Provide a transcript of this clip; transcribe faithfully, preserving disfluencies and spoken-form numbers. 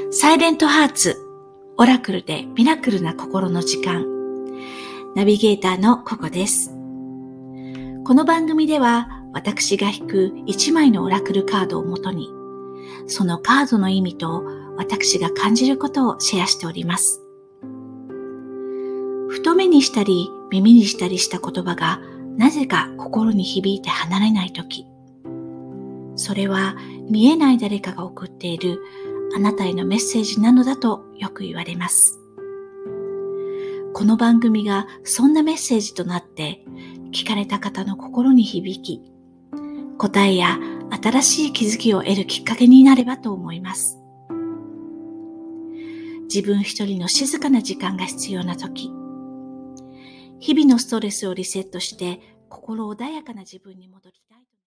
サイレントハーツオラクルでミラクルな心の時間、ナビゲーターのココです。この番組では私が引くいちまいのオラクルカードをもとに、そのカードの意味と私が感じることをシェアしております。ふと目にしたり耳にしたりした言葉がなぜか心に響いて離れないとき、それは見えない誰かが送っているあなたへのメッセージなのだとよく言われます。この番組がそんなメッセージとなって聞かれた方の心に響き、答えや新しい気づきを得るきっかけになればと思います。自分一人の静かな時間が必要なとき、日々のストレスをリセットして心穏やかな自分に戻りたい。